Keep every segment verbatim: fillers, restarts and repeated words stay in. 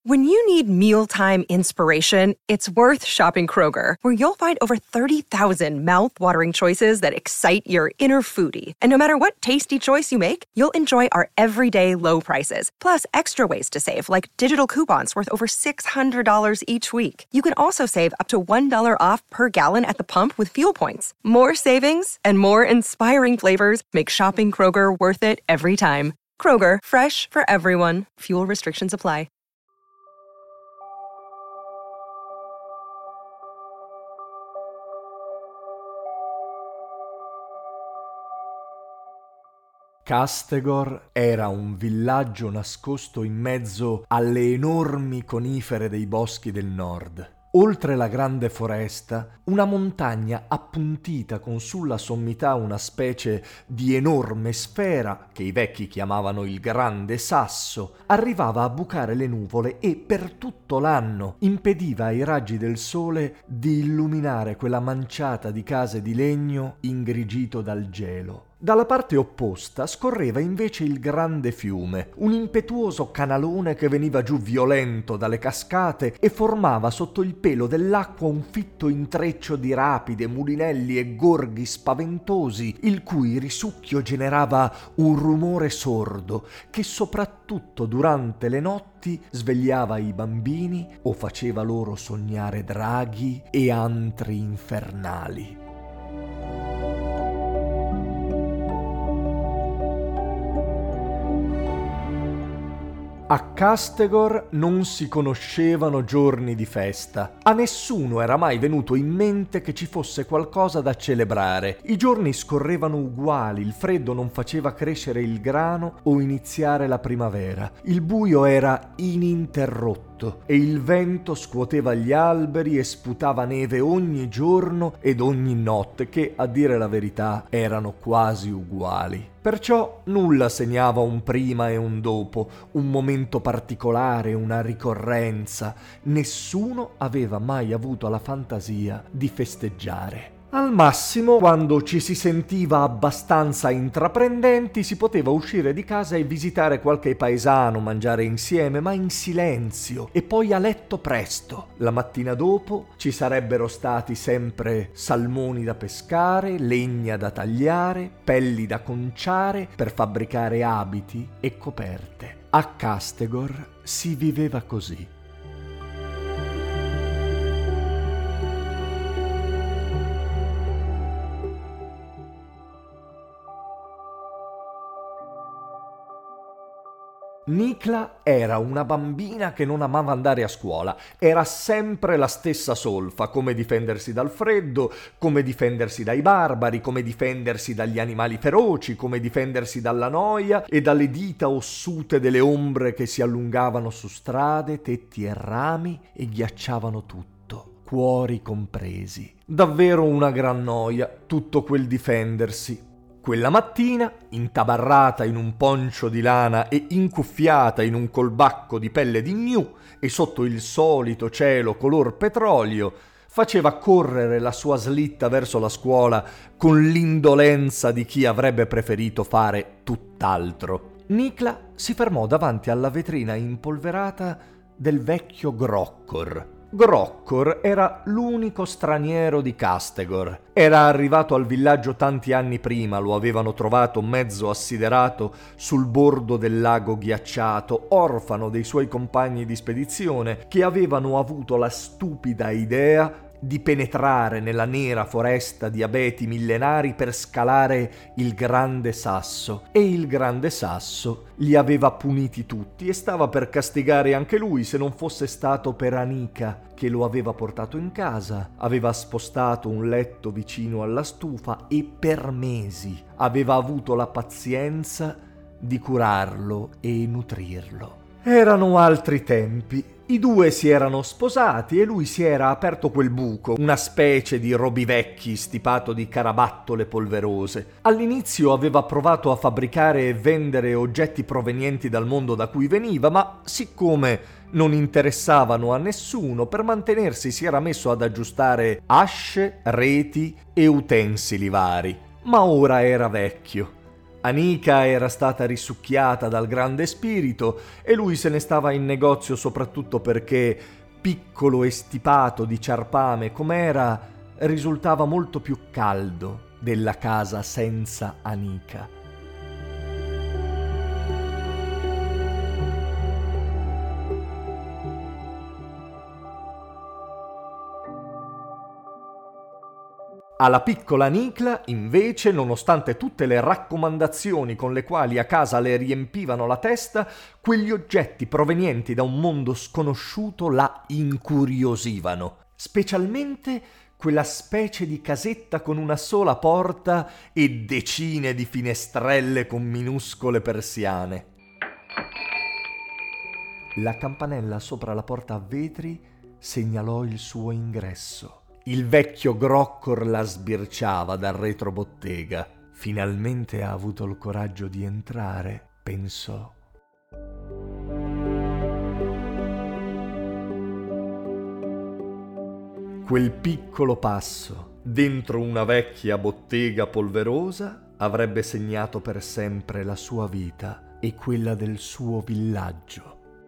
When you need mealtime inspiration, it's worth shopping Kroger, where you'll find over thirty thousand mouth-watering choices that excite your inner foodie. And no matter what tasty choice you make, you'll enjoy our everyday low prices, plus extra ways to save, like digital coupons worth over six hundred dollars each week. You can also save up to one dollar off per gallon at the pump with fuel points. More savings and more inspiring flavors make shopping Kroger worth it every time. Kroger, fresh for everyone. Fuel restrictions apply. Castegor era un villaggio nascosto in mezzo alle enormi conifere dei boschi del nord. Oltre la grande foresta, una montagna appuntita con sulla sommità una specie di enorme sfera, che i vecchi chiamavano il Grande Sasso, arrivava a bucare le nuvole e per tutto l'anno impediva ai raggi del sole di illuminare quella manciata di case di legno ingrigito dal gelo. Dalla parte opposta scorreva invece il grande fiume, un impetuoso canalone che veniva giù violento dalle cascate e formava sotto il pelo dell'acqua un fitto intreccio di rapide, mulinelli e gorghi spaventosi, il cui risucchio generava un rumore sordo che soprattutto durante le notti svegliava i bambini o faceva loro sognare draghi e antri infernali. A Castegor non si conoscevano giorni di festa. A nessuno era mai venuto in mente che ci fosse qualcosa da celebrare. I giorni scorrevano uguali, il freddo non faceva crescere il grano o iniziare la primavera. Il buio era ininterrotto e il vento scuoteva gli alberi e sputava neve ogni giorno ed ogni notte, che, a dire la verità, erano quasi uguali. Perciò nulla segnava un prima e un dopo, un momento particolare, una ricorrenza. Nessuno aveva mai avuto la fantasia di festeggiare. Al massimo, quando ci si sentiva abbastanza intraprendenti, si poteva uscire di casa e visitare qualche paesano, mangiare insieme, ma in silenzio, e poi a letto presto. La mattina dopo ci sarebbero stati sempre salmoni da pescare, legna da tagliare, pelli da conciare per fabbricare abiti e coperte. A Castegor si viveva così. Nicla era una bambina che non amava andare a scuola, era sempre la stessa solfa, come difendersi dal freddo, come difendersi dai barbari, come difendersi dagli animali feroci, come difendersi dalla noia e dalle dita ossute delle ombre che si allungavano su strade, tetti e rami e ghiacciavano tutto, cuori compresi. Davvero una gran noia, tutto quel difendersi. Quella mattina, intabarrata in un poncio di lana e incuffiata in un colbacco di pelle di gnu e sotto il solito cielo color petrolio, faceva correre la sua slitta verso la scuola con l'indolenza di chi avrebbe preferito fare tutt'altro. Nicla si fermò davanti alla vetrina impolverata del vecchio Groccor. Groccor era l'unico straniero di Castegor. Era arrivato al villaggio tanti anni prima, lo avevano trovato mezzo assiderato sul bordo del lago ghiacciato, orfano dei suoi compagni di spedizione, che avevano avuto la stupida idea di penetrare nella nera foresta di abeti millenari per scalare il Grande Sasso, e il Grande Sasso li aveva puniti tutti e stava per castigare anche lui se non fosse stato per Anica, che lo aveva portato in casa, aveva spostato un letto vicino alla stufa e per mesi aveva avuto la pazienza di curarlo e nutrirlo. Erano altri tempi. I due si erano sposati e lui si era aperto quel buco, una specie di robivecchi stipato di carabattole polverose. All'inizio aveva provato a fabbricare e vendere oggetti provenienti dal mondo da cui veniva, ma siccome non interessavano a nessuno, per mantenersi si era messo ad aggiustare asce, reti e utensili vari. Ma ora era vecchio. Anika era stata risucchiata dal grande spirito e lui se ne stava in negozio soprattutto perché, piccolo e stipato di ciarpame com'era, risultava molto più caldo della casa senza Anika. Alla piccola Nicla, invece, nonostante tutte le raccomandazioni con le quali a casa le riempivano la testa, quegli oggetti provenienti da un mondo sconosciuto la incuriosivano, specialmente quella specie di casetta con una sola porta e decine di finestrelle con minuscole persiane. La campanella sopra la porta a vetri segnalò il suo ingresso. Il vecchio Groccor la sbirciava dal retrobottega. Finalmente ha avuto il coraggio di entrare, pensò. Quel piccolo passo dentro una vecchia bottega polverosa avrebbe segnato per sempre la sua vita e quella del suo villaggio.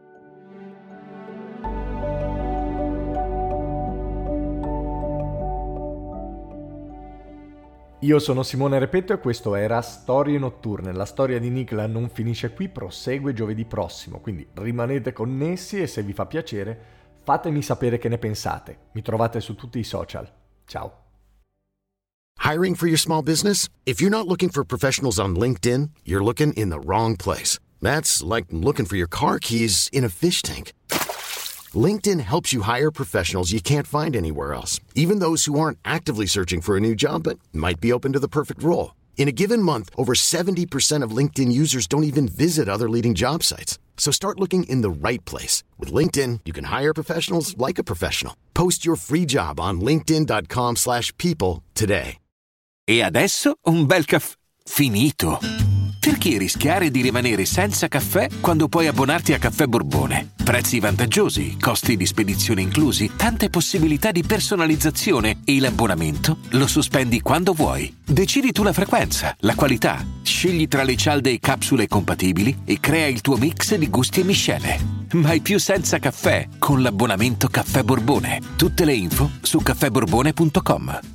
Io sono Simone Repetto e questo era Storie Notturne. La storia di Nicla non finisce qui, prosegue giovedì prossimo, quindi rimanete connessi e se vi fa piacere fatemi sapere che ne pensate. Mi trovate su tutti i social. Ciao. Hiring for your small business? If you're not looking for professionals on LinkedIn, you're looking in the wrong place. That's like looking for your car keys in a fish tank. LinkedIn helps you hire professionals you can't find anywhere else, even those who aren't actively searching for a new job but might be open to the perfect role. In a given month, over seventy percent of LinkedIn users don't even visit other leading job sites. So start looking in the right place. With LinkedIn, you can hire professionals like a professional. Post your free job on linkedin.com slash people today. E adesso un bel caffè finito. Perché rischiare di rimanere senza caffè quando puoi abbonarti a Caffè Borbone? Prezzi vantaggiosi, costi di spedizione inclusi, tante possibilità di personalizzazione e l'abbonamento lo sospendi quando vuoi. Decidi tu la frequenza, la qualità, scegli tra le cialde e capsule compatibili e crea il tuo mix di gusti e miscele. Mai più senza caffè con l'abbonamento Caffè Borbone. Tutte le info su caffè borbone punto com.